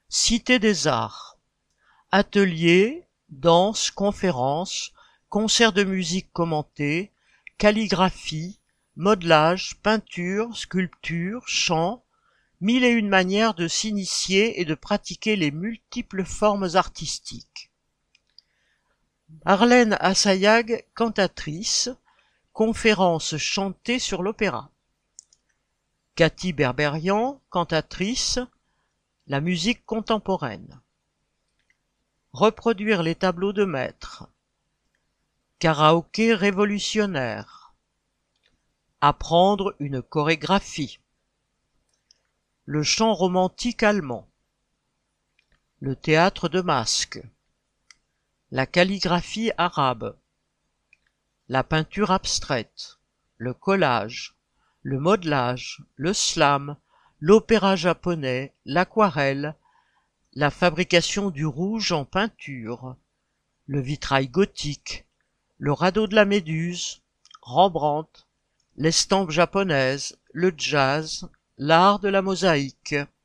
Cité des Arts. Ateliers, danses, conférences, concerts de musique commentés, calligraphie, modelage, peinture, sculpture, chant, mille et une manières de s'initier et de pratiquer les multiples formes artistiques. Arlène Assayag, cantatrice, conférences chantées sur l'opéra. Cathy Berberian, cantatrice, la musique contemporaine. Reproduire les tableaux de maître. Karaoké révolutionnaire. Apprendre une chorégraphie. Le chant romantique allemand. Le théâtre de masques. La calligraphie arabe. La peinture abstraite. Le collage. Le modelage. Le slam. L'opéra japonais. L'aquarelle. La fabrication du rouge en peinture. Le vitrail gothique. Le radeau de la Méduse. Rembrandt. L'estampe japonaise. Le jazz. L'art de la mosaïque.